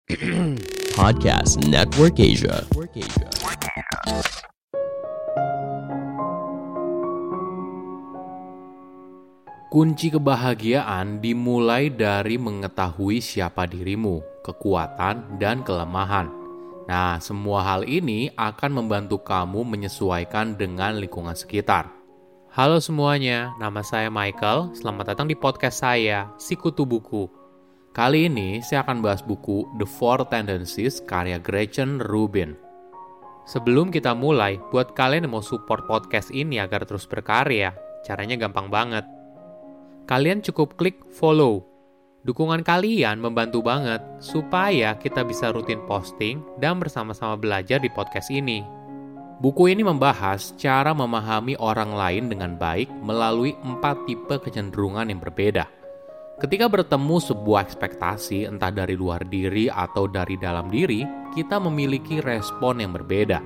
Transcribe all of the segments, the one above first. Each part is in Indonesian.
Podcast Network Asia. Kunci kebahagiaan dimulai dari mengetahui siapa dirimu, kekuatan, dan kelemahan. Nah, semua hal ini akan membantu kamu menyesuaikan dengan lingkungan sekitar. Halo semuanya, nama saya Michael. Selamat datang di podcast saya, Sikutu Buku. Kali ini saya akan bahas buku The Four Tendencies karya Gretchen Rubin. Sebelum kita mulai, buat kalian yang mau support podcast ini agar terus berkarya, caranya gampang banget. Kalian cukup klik follow. Dukungan kalian membantu banget supaya kita bisa rutin posting dan bersama-sama belajar di podcast ini. Buku ini membahas cara memahami orang lain dengan baik melalui 4 tipe kecenderungan yang berbeda. Ketika bertemu sebuah ekspektasi entah dari luar diri atau dari dalam diri, kita memiliki respon yang berbeda.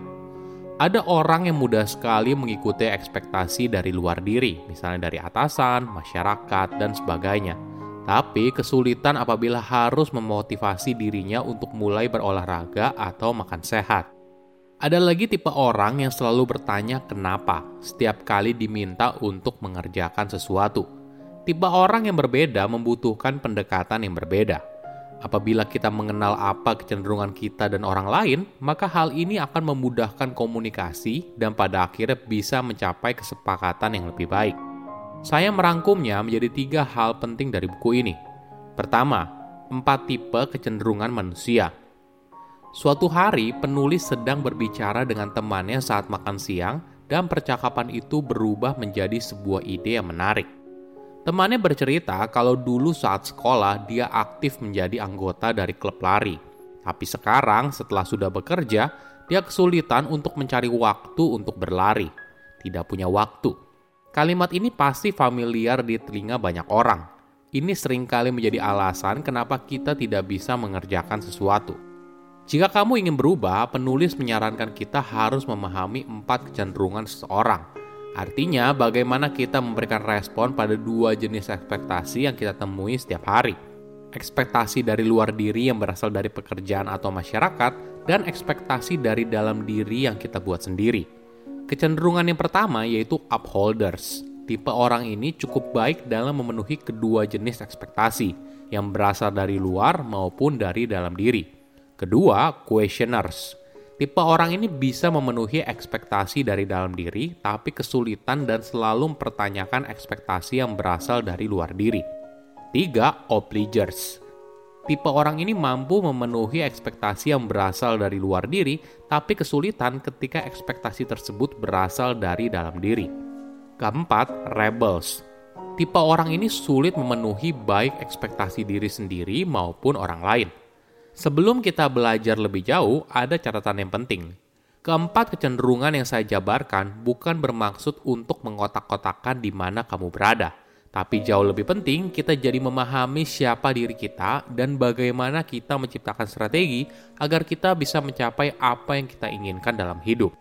Ada orang yang mudah sekali mengikuti ekspektasi dari luar diri, misalnya dari atasan, masyarakat, dan sebagainya. Tapi kesulitan apabila harus memotivasi dirinya untuk mulai berolahraga atau makan sehat. Ada lagi tipe orang yang selalu bertanya kenapa setiap kali diminta untuk mengerjakan sesuatu. Tipe orang yang berbeda membutuhkan pendekatan yang berbeda. Apabila kita mengenal apa kecenderungan kita dan orang lain, maka hal ini akan memudahkan komunikasi dan pada akhirnya bisa mencapai kesepakatan yang lebih baik. Saya merangkumnya menjadi 3 hal penting dari buku ini. Pertama, 4 tipe kecenderungan manusia. Suatu hari, penulis sedang berbicara dengan temannya saat makan siang dan percakapan itu berubah menjadi sebuah ide yang menarik. Temannya bercerita kalau dulu saat sekolah dia aktif menjadi anggota dari klub lari. Tapi sekarang setelah sudah bekerja, dia kesulitan untuk mencari waktu untuk berlari. Tidak punya waktu. Kalimat ini pasti familiar di telinga banyak orang. Ini seringkali menjadi alasan kenapa kita tidak bisa mengerjakan sesuatu. Jika kamu ingin berubah, penulis menyarankan kita harus memahami 4 kecenderungan seseorang. Artinya, bagaimana kita memberikan respon pada 2 jenis ekspektasi yang kita temui setiap hari. Ekspektasi dari luar diri yang berasal dari pekerjaan atau masyarakat, dan ekspektasi dari dalam diri yang kita buat sendiri. Kecenderungan yang pertama yaitu upholders. Tipe orang ini cukup baik dalam memenuhi kedua jenis ekspektasi, yang berasal dari luar maupun dari dalam diri. Kedua, questioners. Tipe orang ini bisa memenuhi ekspektasi dari dalam diri, tapi kesulitan dan selalu mempertanyakan ekspektasi yang berasal dari luar diri. 3. Obligers. Tipe orang ini mampu memenuhi ekspektasi yang berasal dari luar diri, tapi kesulitan ketika ekspektasi tersebut berasal dari dalam diri. Keempat, rebels. Tipe orang ini sulit memenuhi baik ekspektasi diri sendiri maupun orang lain. Sebelum kita belajar lebih jauh, ada catatan yang penting. Keempat kecenderungan yang saya jabarkan bukan bermaksud untuk mengkotak-kotakan di mana kamu berada. Tapi jauh lebih penting, kita jadi memahami siapa diri kita dan bagaimana kita menciptakan strategi agar kita bisa mencapai apa yang kita inginkan dalam hidup.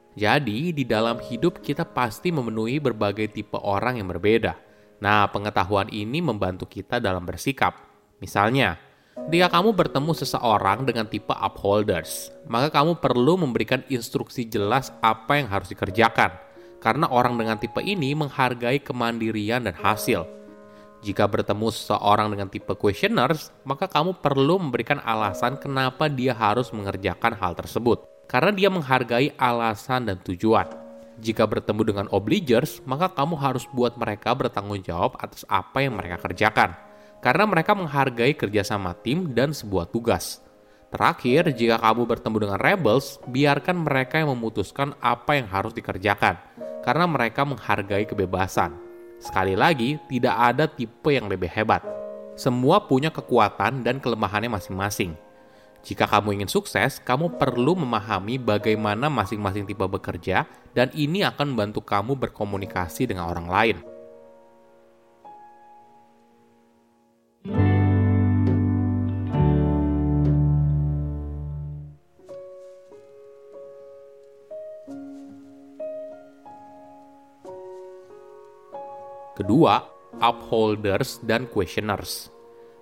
Jadi, di dalam hidup kita pasti memenuhi berbagai tipe orang yang berbeda. Nah, pengetahuan ini membantu kita dalam bersikap. Misalnya, jika kamu bertemu seseorang dengan tipe upholders, maka kamu perlu memberikan instruksi jelas apa yang harus dikerjakan, karena orang dengan tipe ini menghargai kemandirian dan hasil. Jika bertemu seseorang dengan tipe questioners, maka kamu perlu memberikan alasan kenapa dia harus mengerjakan hal tersebut, karena dia menghargai alasan dan tujuan. Jika bertemu dengan obligers, maka kamu harus buat mereka bertanggung jawab atas apa yang mereka kerjakan, karena mereka menghargai kerjasama tim dan sebuah tugas. Terakhir, jika kamu bertemu dengan rebels, biarkan mereka yang memutuskan apa yang harus dikerjakan, karena mereka menghargai kebebasan. Sekali lagi, tidak ada tipe yang lebih hebat. Semua punya kekuatan dan kelemahannya masing-masing. Jika kamu ingin sukses, kamu perlu memahami bagaimana masing-masing tipe bekerja, dan ini akan membantu kamu berkomunikasi dengan orang lain. Kedua, upholders dan questioners.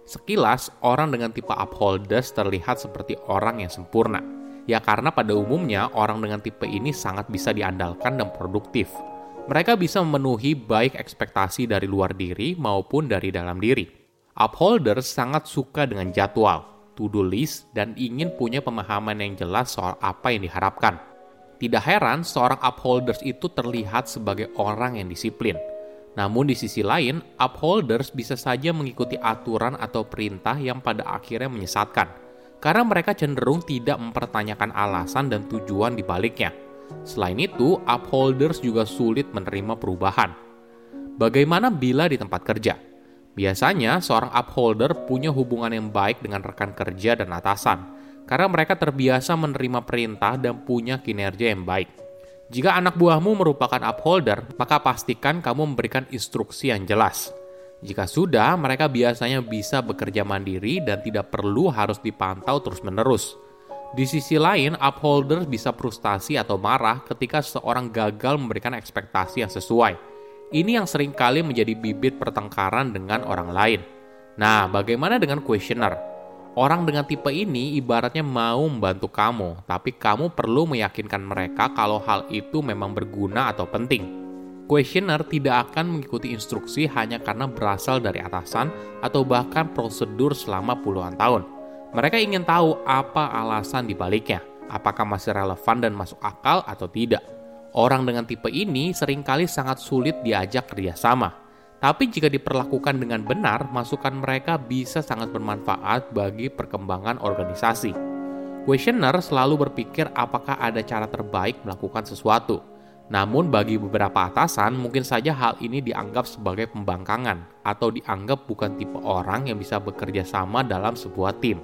Sekilas, orang dengan tipe upholders terlihat seperti orang yang sempurna. Ya karena pada umumnya, orang dengan tipe ini sangat bisa diandalkan dan produktif. Mereka bisa memenuhi baik ekspektasi dari luar diri maupun dari dalam diri. Upholders sangat suka dengan jadwal, to-do list, dan ingin punya pemahaman yang jelas soal apa yang diharapkan. Tidak heran, seorang upholders itu terlihat sebagai orang yang disiplin. Namun di sisi lain, upholders bisa saja mengikuti aturan atau perintah yang pada akhirnya menyesatkan, karena mereka cenderung tidak mempertanyakan alasan dan tujuan di baliknya. Selain itu, upholders juga sulit menerima perubahan. Bagaimana bila di tempat kerja? Biasanya, seorang upholder punya hubungan yang baik dengan rekan kerja dan atasan, karena mereka terbiasa menerima perintah dan punya kinerja yang baik. Jika anak buahmu merupakan upholder, maka pastikan kamu memberikan instruksi yang jelas. Jika sudah, mereka biasanya bisa bekerja mandiri dan tidak perlu harus dipantau terus-menerus. Di sisi lain, upholder bisa frustasi atau marah ketika seseorang gagal memberikan ekspektasi yang sesuai. Ini yang seringkali menjadi bibit pertengkaran dengan orang lain. Nah, bagaimana dengan questioner? Orang dengan tipe ini ibaratnya mau membantu kamu, tapi kamu perlu meyakinkan mereka kalau hal itu memang berguna atau penting. Questioner tidak akan mengikuti instruksi hanya karena berasal dari atasan atau bahkan prosedur selama puluhan tahun. Mereka ingin tahu apa alasan di baliknya, apakah masih relevan dan masuk akal atau tidak. Orang dengan tipe ini seringkali sangat sulit diajak kerjasama. Tapi jika diperlakukan dengan benar, masukan mereka bisa sangat bermanfaat bagi perkembangan organisasi. Questioner selalu berpikir apakah ada cara terbaik melakukan sesuatu. Namun bagi beberapa atasan, mungkin saja hal ini dianggap sebagai pembangkangan atau dianggap bukan tipe orang yang bisa bekerja sama dalam sebuah tim.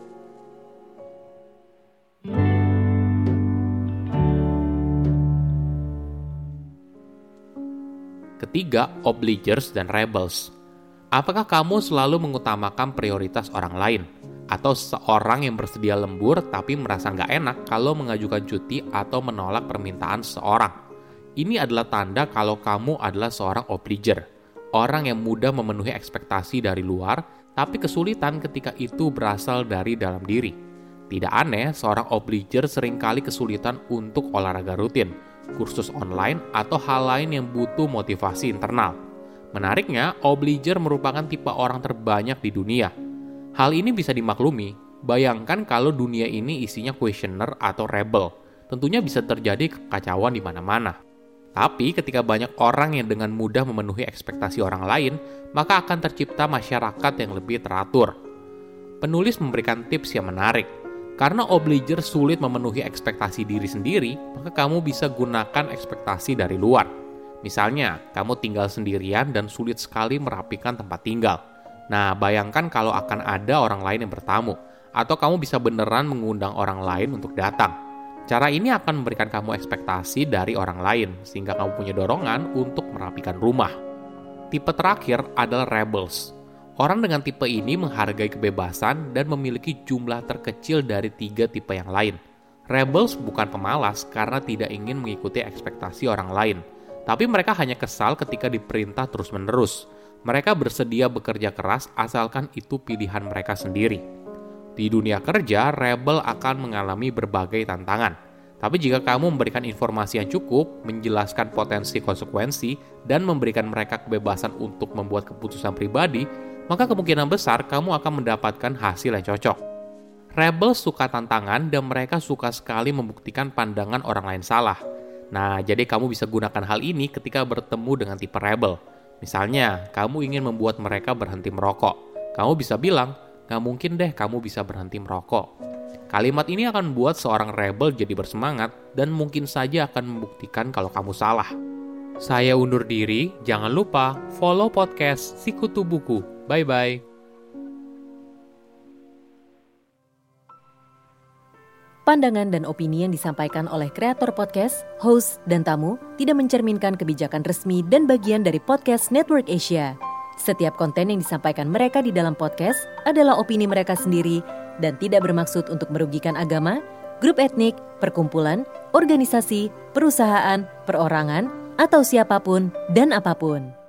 Ketiga, obligers dan rebels. Apakah kamu selalu mengutamakan prioritas orang lain? Atau seorang yang bersedia lembur tapi merasa nggak enak kalau mengajukan cuti atau menolak permintaan seseorang? Ini adalah tanda kalau kamu adalah seorang obliger. Orang yang mudah memenuhi ekspektasi dari luar, tapi kesulitan ketika itu berasal dari dalam diri. Tidak aneh, seorang obliger seringkali kesulitan untuk olahraga rutin, kursus online, atau hal lain yang butuh motivasi internal. Menariknya, obliger merupakan tipe orang terbanyak di dunia. Hal ini bisa dimaklumi. Bayangkan kalau dunia ini isinya questioner atau rebel. Tentunya bisa terjadi kekacauan di mana-mana. Tapi ketika banyak orang yang dengan mudah memenuhi ekspektasi orang lain, maka akan tercipta masyarakat yang lebih teratur. Penulis memberikan tips yang menarik. Karena obliger sulit memenuhi ekspektasi diri sendiri, maka kamu bisa gunakan ekspektasi dari luar. Misalnya, kamu tinggal sendirian dan sulit sekali merapikan tempat tinggal. Nah, bayangkan kalau akan ada orang lain yang bertamu, atau kamu bisa beneran mengundang orang lain untuk datang. Cara ini akan memberikan kamu ekspektasi dari orang lain, sehingga kamu punya dorongan untuk merapikan rumah. Tipe terakhir adalah rebels. Orang dengan tipe ini menghargai kebebasan dan memiliki jumlah terkecil dari 3 tipe yang lain. Rebels bukan pemalas karena tidak ingin mengikuti ekspektasi orang lain, tapi mereka hanya kesal ketika diperintah terus-menerus. Mereka bersedia bekerja keras asalkan itu pilihan mereka sendiri. Di dunia kerja, rebel akan mengalami berbagai tantangan. Tapi jika kamu memberikan informasi yang cukup, menjelaskan potensi konsekuensi, dan memberikan mereka kebebasan untuk membuat keputusan pribadi, maka kemungkinan besar kamu akan mendapatkan hasil yang cocok. Rebel suka tantangan dan mereka suka sekali membuktikan pandangan orang lain salah. Nah, jadi kamu bisa gunakan hal ini ketika bertemu dengan tipe rebel. Misalnya, kamu ingin membuat mereka berhenti merokok. Kamu bisa bilang, "Nggak mungkin deh kamu bisa berhenti merokok." Kalimat ini akan membuat seorang rebel jadi bersemangat dan mungkin saja akan membuktikan kalau kamu salah. Saya undur diri, jangan lupa follow podcast Sikutu Buku. Bye-bye. Pandangan dan opini yang disampaikan oleh kreator podcast, host, dan tamu tidak mencerminkan kebijakan resmi dan bagian dari podcast Network Asia. Setiap konten yang disampaikan mereka di dalam podcast adalah opini mereka sendiri dan tidak bermaksud untuk merugikan agama, grup etnik, perkumpulan, organisasi, perusahaan, perorangan, atau siapapun dan apapun.